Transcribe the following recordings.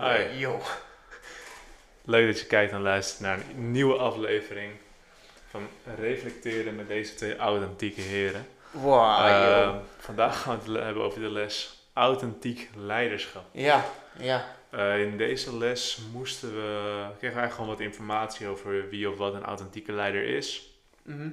Hi, Yo. leuk dat je kijkt en luistert naar een nieuwe aflevering van Reflecteren met deze twee authentieke heren. Wow, yo. Vandaag gaan we het hebben over de les authentiek leiderschap. Ja. In deze les kregen we eigenlijk gewoon wat informatie over wie of wat een authentieke leider is. Mhm.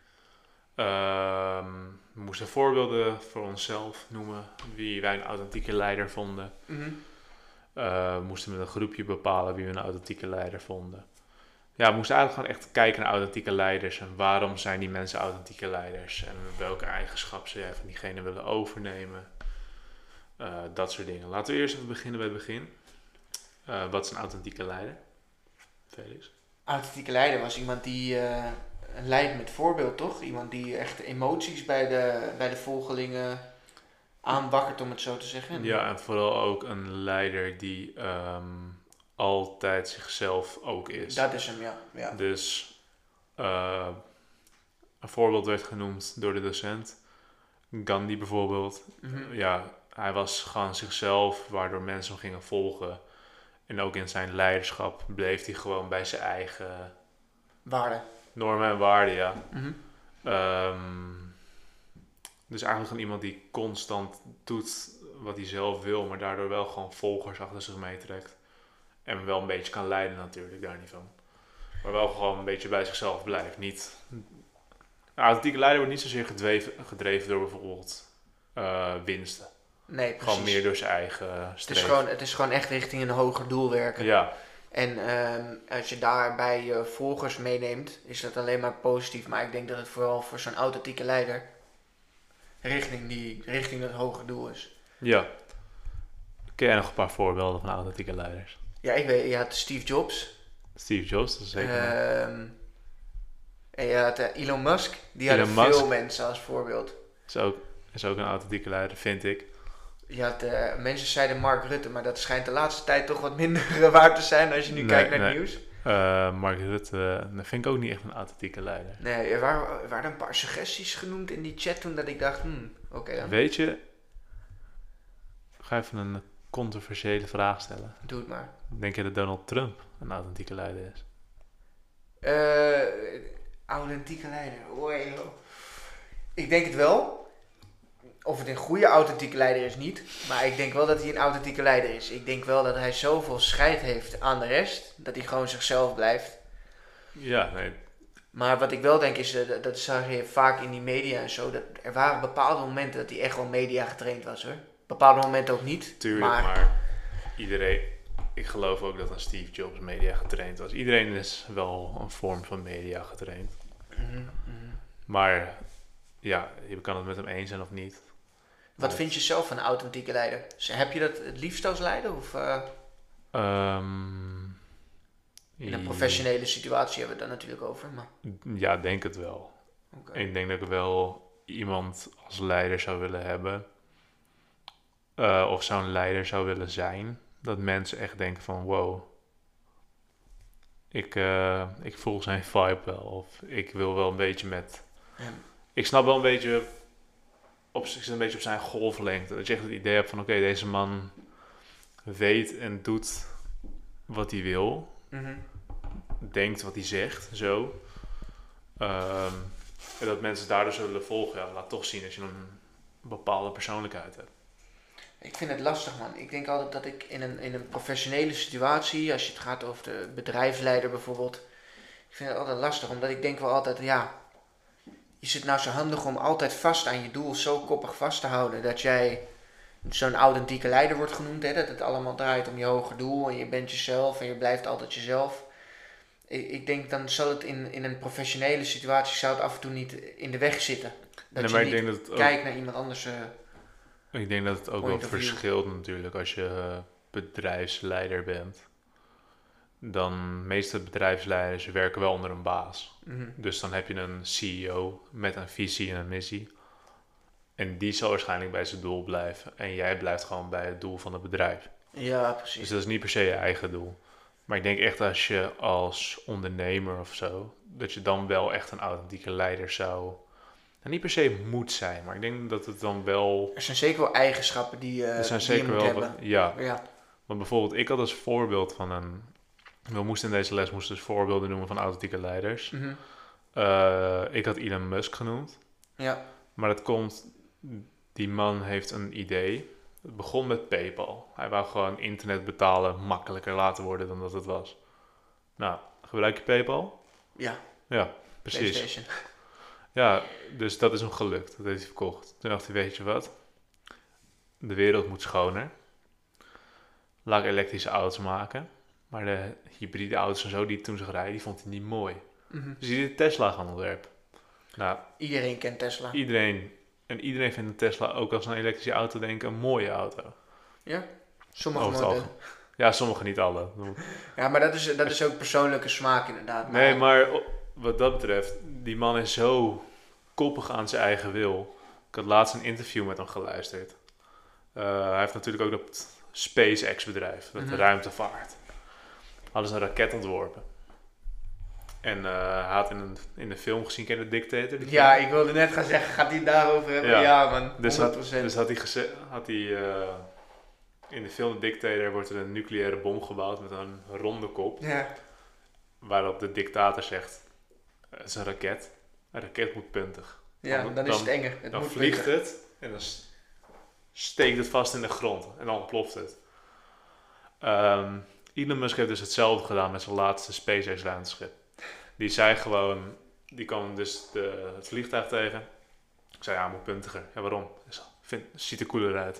We moesten voorbeelden voor onszelf noemen wie wij een authentieke leider vonden. Mhm. We moesten met een groepje bepalen wie we een authentieke leider vonden. Ja, we moesten eigenlijk gewoon echt kijken naar authentieke leiders. En waarom zijn die mensen authentieke leiders? En welke eigenschappen zou jij van diegene willen overnemen? Dat soort dingen. Laten we eerst even beginnen bij het begin. Wat is een authentieke leider? Felix? Authentieke leider was iemand die leidt met voorbeeld, toch? Iemand die echt emoties bij de volgelingen aanwakkert, om het zo te zeggen. Ja, en vooral ook een leider die altijd zichzelf ook is. Dat is hem, ja. Dus een voorbeeld werd genoemd door de docent. Gandhi bijvoorbeeld. Mhm. Ja, hij was gewoon zichzelf, waardoor mensen hem gingen volgen. En ook in zijn leiderschap bleef hij gewoon bij zijn eigen Waarde. normen en waarden, ja. Mhm. Dus eigenlijk gewoon iemand die constant doet wat hij zelf wil, maar daardoor wel gewoon volgers achter zich meetrekt. En wel een beetje kan leiden natuurlijk, daar niet van. Maar wel gewoon een beetje bij zichzelf blijft. Niet... Een authentieke leider wordt niet zozeer gedreven door bijvoorbeeld winsten. Nee, precies. Gewoon meer door zijn eigen streven. Het is gewoon echt richting een hoger doel werken. Ja, En als je daarbij je volgers meeneemt, is dat alleen maar positief. Maar ik denk dat het vooral voor zo'n authentieke leider richting dat hoger doel is. ja. Ken jij nog een paar voorbeelden van authentieke leiders? Ja, ik weet, je had Steve Jobs. Steve Jobs, dat is zeker. En je had Elon Musk. Die hadden Elon Musk. veel mensen als voorbeeld. Is ook een authentieke leider, vind ik. Je had, mensen zeiden Mark Rutte, maar dat schijnt de laatste tijd toch wat minder waar te zijn als je nu kijkt naar het nieuws. Mark Rutte, dat vind ik ook niet echt een authentieke leider. Nee, er waren een paar suggesties genoemd in die chat toen dat ik dacht, oké dan. Weet je, ik ga even een controversiële vraag stellen. Doe het maar. Denk je dat Donald Trump een authentieke leider is? Authentieke leider. Oei, joh. Ik denk het wel. Of het een goede authentieke leider is niet. Maar ik denk wel dat hij een authentieke leider is. Ik denk wel dat hij zoveel scheid heeft aan de rest. Dat hij gewoon zichzelf blijft. Ja, nee. Maar wat ik wel denk is, dat zag je vaak in die media en zo. Dat er waren bepaalde momenten dat hij echt wel media getraind was hoor. Bepaalde momenten ook niet. Tuurlijk, maar iedereen... Ik geloof ook dat een Steve Jobs media getraind was. Iedereen is wel een vorm van media getraind. Maar ja, je kan het met hem eens zijn of niet. Wat vind je zelf van een authentieke leider? Heb je dat het liefst als leider? Of in een professionele situatie hebben we het dan natuurlijk over. Maar... Ja, denk het wel. Okay. Ik denk dat ik wel iemand als leider zou willen hebben. Of zo'n leider zou willen zijn. Dat mensen echt denken van wow. Ik voel zijn vibe wel. Of ik wil wel een beetje met... Ja. Ik snap wel een beetje... Ik zit een beetje op zijn golflengte. Dat je echt het idee hebt van oké, deze man weet en doet wat hij wil. Denkt wat hij zegt, zo. En dat mensen daardoor zullen volgen. Ja, laat toch zien dat je een bepaalde persoonlijkheid hebt. Ik vind het lastig man. Ik denk altijd dat ik in een professionele situatie, als je het gaat over de bedrijfsleider bijvoorbeeld. Ik vind het altijd lastig, omdat ik denk wel altijd, ja, is het nou zo handig om altijd vast aan je doel zo koppig vast te houden. Dat jij zo'n authentieke leider wordt genoemd, hè, dat het allemaal draait om je hoger doel en je bent jezelf en je blijft altijd jezelf. Ik denk dan zal het in een professionele situatie zou het af en toe niet in de weg zitten. Dat Nee, je niet kijkt naar iemand anders. Ik denk dat het ook wel Point of view. verschilt natuurlijk als je bedrijfsleider bent. Dan meeste bedrijfsleiders werken wel onder een baas. Dus dan heb je een CEO met een visie en een missie. En die zal waarschijnlijk bij zijn doel blijven. En jij blijft gewoon bij het doel van het bedrijf. Ja, precies. Dus dat is niet per se je eigen doel. Maar ik denk echt als je als ondernemer of zo, dat je dan wel echt een authentieke leider zou... niet per se moet zijn, maar ik denk dat het dan wel... Er zijn zeker wel eigenschappen die, Er zijn die je zeker moet wel... hebben. Ja, Ja. Want bijvoorbeeld, ik had als voorbeeld we moesten in deze les dus voorbeelden noemen van authentieke leiders. Mhm. Ik had Elon Musk genoemd. Ja. Maar dat komt, die man heeft een idee. Het begon met PayPal. Hij wou gewoon internet betalen makkelijker laten worden dan dat het was. Nou, gebruik je PayPal? Ja. Ja, precies. PlayStation. Ja, dus dat is hem gelukt. Dat heeft hij verkocht. Toen dacht hij, weet je wat? De wereld moet schoner. Laat ik elektrische auto's maken. Maar de hybride auto's en zo die hij toen zag rijden, die vond hij niet mooi. Mhm. Dus hij deed Tesla gaan ontwerpen. Nou, Iedereen kent Tesla. iedereen vindt een Tesla ook als een elektrische auto, denk ik, een mooie auto. Ja? Sommige Over het modellen. Ja, sommige niet alle. Ja, maar dat is ook persoonlijke smaak inderdaad. Nee, maar wat dat betreft, die man is zo koppig aan zijn eigen wil. Ik had laatst een interview met hem geluisterd. Hij heeft natuurlijk ook dat SpaceX bedrijf, dat Mhm. ruimtevaart. Hadden ze een raket ontworpen. En hij had in de film gezien, ken je de Dictator? Die Ja, film? ik wilde net gaan zeggen, gaat hij het daarover hebben? Ja. Ja, man, 100%. Dus had hij in de film The Dictator wordt er een nucleaire bom gebouwd met een ronde kop. Ja. Waarop de dictator zegt, het is een raket. Een raket moet puntig. Ja, dan is het enger. Het Dan moet vliegt puntig. het en dan steekt het vast in de grond. En dan ontploft het. Elon Musk heeft dus hetzelfde gedaan met zijn laatste SpaceX ruimteschip. Die zei gewoon, die kwam dus het vliegtuig tegen. Ik zei, ja, moet puntiger. Ja, waarom? Ziet er cooler uit.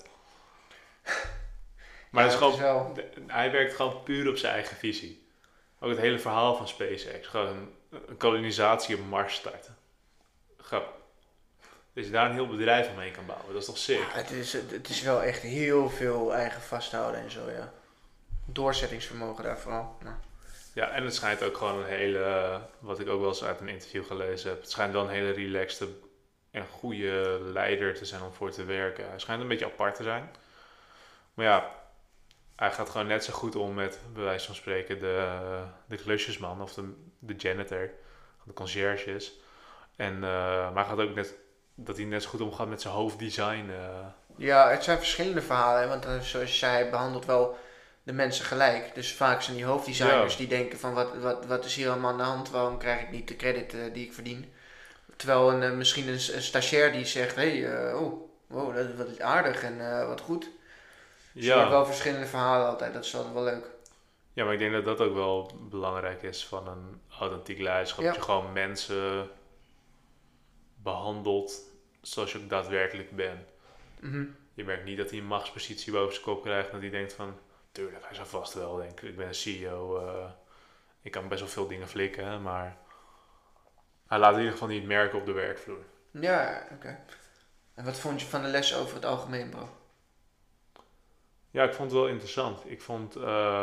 Maar Ja, het is het is gewoon, hij werkt gewoon puur op zijn eigen visie. Ook het hele verhaal van SpaceX. Gewoon een kolonisatie op Mars starten. Gewoon, dat je daar een heel bedrijf omheen kan bouwen. Dat is toch sick? Het is wel echt heel veel eigen vasthouden en zo, ja. Doorzettingsvermogen daar vooral. Nou. Ja, en het schijnt ook gewoon een hele, wat ik ook wel eens uit een interview gelezen heb. Het schijnt wel een hele relaxte en goede leider te zijn om voor te werken. Hij schijnt een beetje apart te zijn. Maar ja, hij gaat gewoon net zo goed om met, bij wijze van spreken, de klusjesman of de janitor, de conciërges. Maar hij gaat ook dat hij net zo goed omgaat met zijn hoofddesign. Ja, het zijn verschillende verhalen, hè, want zoals je zei, hij behandelt wel de mensen gelijk. Dus vaak zijn die hoofddesigners die denken van wat is hier allemaal aan de hand, waarom krijg ik niet de credit die ik verdien. Terwijl misschien een stagiair die zegt, wow, dat is aardig en wat goed. Dus je hoort wel verschillende verhalen altijd, dat is altijd wel leuk. Ja, maar ik denk dat dat ook wel belangrijk is van een authentiek leiderschap. Ja. Dat je gewoon mensen behandelt zoals je ook daadwerkelijk bent. Mhm. Je merkt niet dat hij een machtspositie boven zijn kop krijgt. En dat hij denkt van, tuurlijk, hij zou vast wel denken. Ik ben een CEO, ik kan best wel veel dingen flikken. Maar hij laat in ieder geval niet merken op de werkvloer. Ja, oké. En wat vond je van de les over het algemeen, bro? Ja, ik vond het wel interessant. Ik vond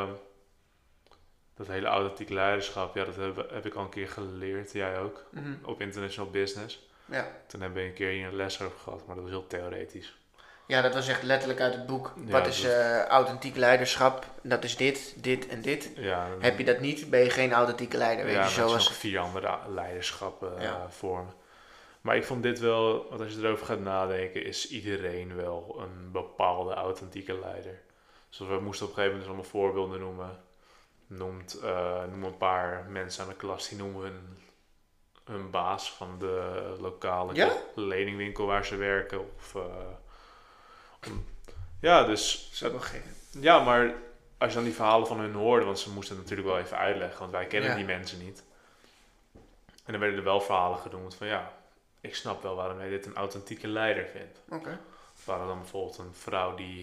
dat hele authentieke leiderschap, ja, dat heb ik al een keer geleerd. Jij ook, Mhm. op international business. Ja. Toen hebben we een keer hier een les over gehad, maar dat was heel theoretisch. Ja, dat was echt letterlijk uit het boek. Ja, Wat is authentiek leiderschap? Dat is dit en dit. Ja, Heb je dat niet, ben je geen authentieke leider. Weet ja, je, maar zoals... nog 4 andere leiderschappen Ja. vormen. Maar ik vond dit wel, want als je erover gaat nadenken, is iedereen wel een bepaalde authentieke leider. Dus we moesten op een gegeven moment dus allemaal voorbeelden noemen. Noem een paar mensen aan de klas die noemen hun baas van de lokale kledingwinkel waar ze werken. Ja, dus... Dat is ook wel gek. Ja, maar als je dan die verhalen van hun hoorde, want ze moesten het natuurlijk wel even uitleggen, want wij kennen Ja. die mensen niet. En dan werden er wel verhalen genoemd van ja, ik snap wel waarom jij dit een authentieke leider vindt. Oké. We hadden dan bijvoorbeeld een vrouw die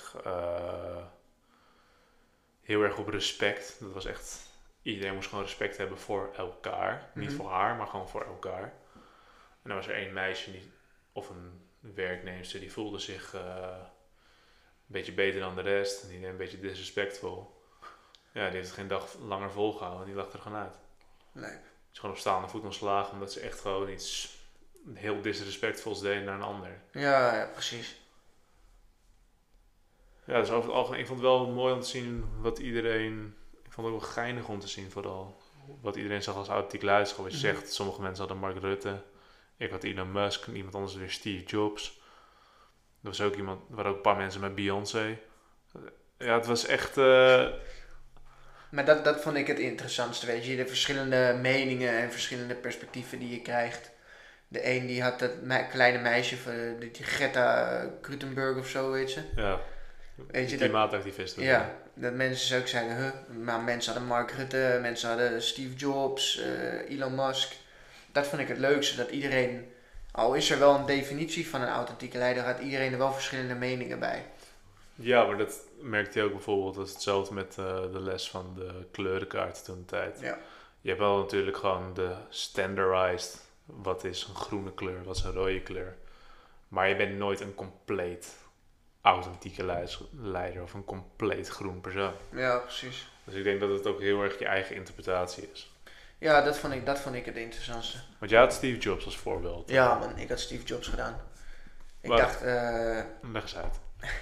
heel erg op respect, dat was echt, iedereen moest gewoon respect hebben voor elkaar. Niet Mhm. voor haar, maar gewoon voor elkaar. En dan was er één meisje, of een werknemster, die voelde zich een beetje beter dan de rest. En die deed een beetje disrespectvol. Ja, die heeft het geen dag langer volgehouden en die lag er gewoon uit. Nee. Ze is gewoon op staande voet ontslagen omdat ze echt gewoon iets heel disrespectvols deed naar een ander. Ja, precies. Ja, dus over het algemeen, ik vond het wel mooi om te zien wat iedereen... Ik vond het ook wel geinig om te zien vooral. Wat iedereen zag als authentiek leiderschap. Wat je zegt, sommige mensen hadden Mark Rutte. Ik had Elon Musk en iemand anders weer Steve Jobs. Er was ook iemand, er waren ook een paar mensen met Beyoncé. Ja, het was echt... Maar dat vond ik het interessantste, weet je. De verschillende meningen en verschillende perspectieven die je krijgt. De een die had dat kleine meisje, die Greta Krutenberg of zo, weet ze. ja, Weet je, dat, klimaatactivisten. ja, dat mensen ook zeiden, maar mensen hadden Mark Rutte, mensen hadden Steve Jobs, Elon Musk. Dat vond ik het leukste, dat iedereen, al is er wel een definitie van een authentieke leider, had iedereen er wel verschillende meningen bij. Ja, maar dat merkte je ook bijvoorbeeld. Dat is hetzelfde met de les van de kleurenkaart toen de tijd. Ja. Je hebt wel natuurlijk gewoon de standardized. Wat is een groene kleur, wat is een rode kleur. Maar je bent nooit een compleet authentieke leider of een compleet groen persoon. Ja, precies. Dus ik denk dat het ook heel erg je eigen interpretatie is. Ja, dat vond ik het interessantste. Want jij had Steve Jobs als voorbeeld. Ja man, ik had Steve Jobs gedaan. Ik Wat? dacht, Leg eens uit.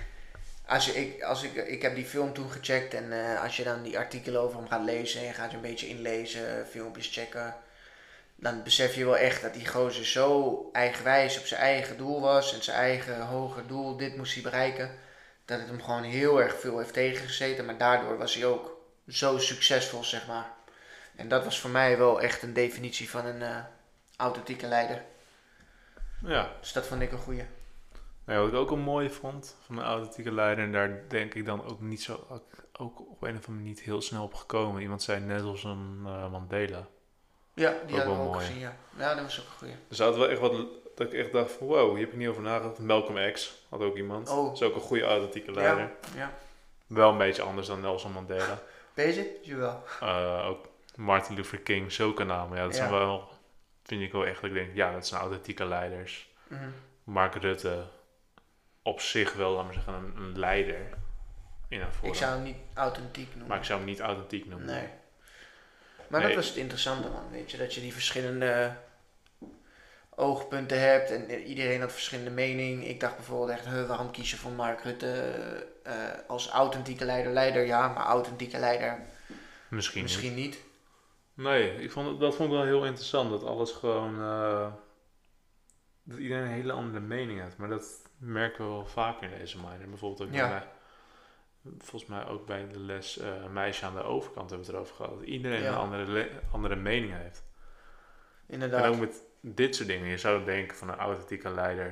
ik heb die film toen gecheckt en als je dan die artikelen over hem gaat lezen en je gaat je een beetje inlezen, filmpjes checken, dan besef je wel echt dat die gozer zo eigenwijs op zijn eigen doel was en zijn eigen hoger doel, dit moest hij bereiken, dat het hem gewoon heel erg veel heeft tegengezeten, maar daardoor was hij ook zo succesvol, zeg maar. En dat was voor mij wel echt een definitie van een authentieke leider. Ja. Dus dat vond ik een goeie. Nou, wat ik ook een mooie vond van een authentieke leider, en daar denk ik dan ook niet zo, ook op een of andere manier niet heel snel op gekomen. Iemand zei Nelson Mandela. Ja, die Ook hadden we wel ook mooi. gezien, ja. Ja, dat was ook een goeie. Dus dat wel echt wat, dat ik echt dacht van wow, hier heb ik niet over nagedacht. Malcolm X had ook iemand. Oh. Dat is ook een goede authentieke leider. Ja, ja. Wel een beetje anders dan Nelson Mandela. Deze? Jawel. Ook Martin Luther King, zulke namen. Ja, dat zijn wel, vind ik wel echt, dat ik denk, ja, dat zijn authentieke leiders. Mhm. Mark Rutte, op zich wel, laat maar zeggen, een leider. In een vorm. Ik zou hem niet authentiek noemen. Maar ik zou hem niet authentiek noemen. Nee. Maar Nee. dat was het interessante, man. Weet je, dat je die verschillende oogpunten hebt en iedereen had verschillende mening. Ik dacht bijvoorbeeld echt, waarom kies je voor Mark Rutte als authentieke leider? Leider ja, maar authentieke leider misschien niet. Nee, dat vond ik wel heel interessant. Dat alles gewoon... dat iedereen een hele andere mening heeft. Maar dat merken we wel vaker in deze minor. Bijvoorbeeld ook bij mij. Volgens mij ook bij de les Meisje aan de overkant hebben we het erover gehad. Dat iedereen een andere mening heeft. Inderdaad. En ook met dit soort dingen. Je zou denken van een authentieke leider.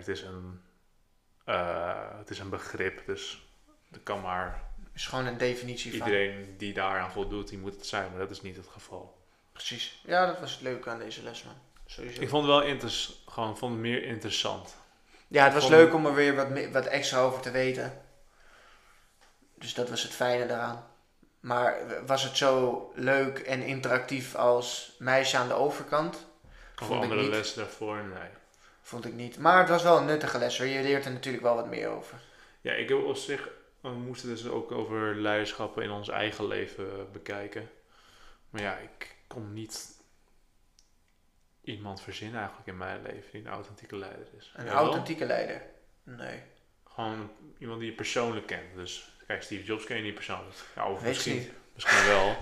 Het is een begrip. Dus er kan maar... is gewoon een definitie van. Iedereen die daaraan voldoet, die moet het zijn. Maar dat is niet het geval. Precies. Ja, dat was het leuke aan deze les, man. Sowieso. Ik vond het wel vond het meer interessant. Ja, het was leuk om er weer wat extra over te weten. Dus dat was het fijne daaraan. Maar was het zo leuk en interactief als Meisje aan de overkant? Of andere lessen daarvoor? Nee. Vond ik niet. Maar het was wel een nuttige les hoor. Je leert er natuurlijk wel wat meer over. Ja, ik heb op zich... We moesten dus ook over leiderschappen in ons eigen leven bekijken. Maar ja, ik kon niet iemand verzinnen eigenlijk in mijn leven die een authentieke leider is. Een authentieke leider? Nee. Gewoon iemand die je persoonlijk kent. Dus kijk, Steve Jobs ken je niet persoonlijk. Ja, of Weet je niet. Misschien wel.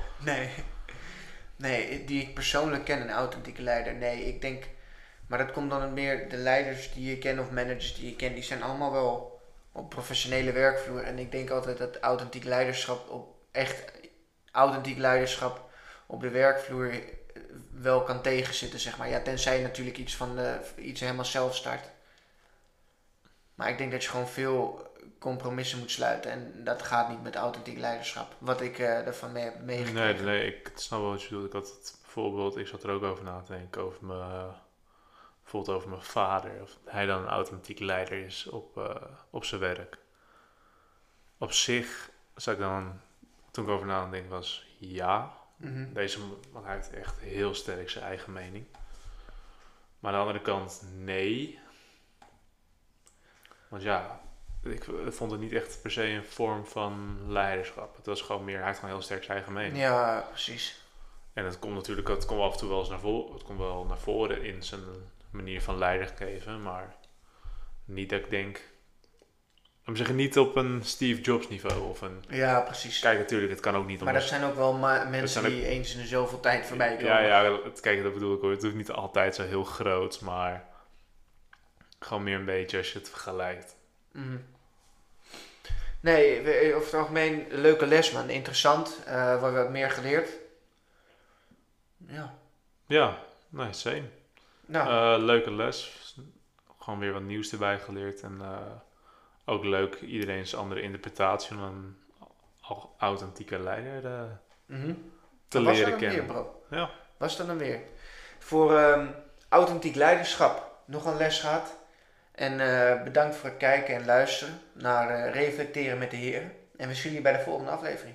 Nee, die ik persoonlijk ken, een authentieke leider. Nee, ik denk... Maar dat komt dan meer... De leiders die je kent of managers die je kent, die zijn allemaal wel op professionele werkvloer. En ik denk altijd dat authentiek leiderschap op de werkvloer wel kan tegenzitten, zeg maar. Ja, tenzij je natuurlijk iets helemaal zelf start. Maar ik denk dat je gewoon veel compromissen moet sluiten. En dat gaat niet met authentiek leiderschap. Wat ik ervan mee heb meegekregen. Nee, ik snap wel wat je bedoelt. Ik had het bijvoorbeeld... Ik zat er ook over na te denken. Bijvoorbeeld over mijn vader. Of hij dan een authentiek leider is op zijn werk. Op zich zou ik dan... Toen ik over na te denken was... Ja... Mm-hmm. Want hij heeft echt heel sterk zijn eigen mening. Maar aan de andere kant, nee. Want ja, ik vond het niet echt per se een vorm van leiderschap. Het was gewoon meer, hij heeft gewoon heel sterk zijn eigen mening. Ja, precies. En het komt natuurlijk, het komt af en toe wel eens naar voren. Het komt wel naar voren in zijn manier van leiding geven. Maar niet dat ik denk... We zeggen niet op een Steve Jobs niveau of een... Ja, precies. Kijk, natuurlijk, het kan ook niet... Maar dat zijn ook wel mensen die eens in de zoveel tijd voorbij komen. Ja, kijk, dat bedoel ik hoor. Het hoeft niet altijd zo heel groot, maar... Gewoon meer een beetje als je het vergelijkt. Mm-hmm. Nee, over het algemeen een leuke les, man. Interessant. Wordt wat meer geleerd. Ja. Ja, nee, same. Nou, Leuke les. Gewoon weer wat nieuws erbij geleerd. En ook leuk iedereen's andere interpretatie van een authentieke leider te wat was er leren dan kennen. weer, bro? Ja. Was er dan weer? Voor authentiek leiderschap nog een les gehad. En bedankt voor het kijken en luisteren naar Reflecteren met de Heer. En we zien jullie bij de volgende aflevering.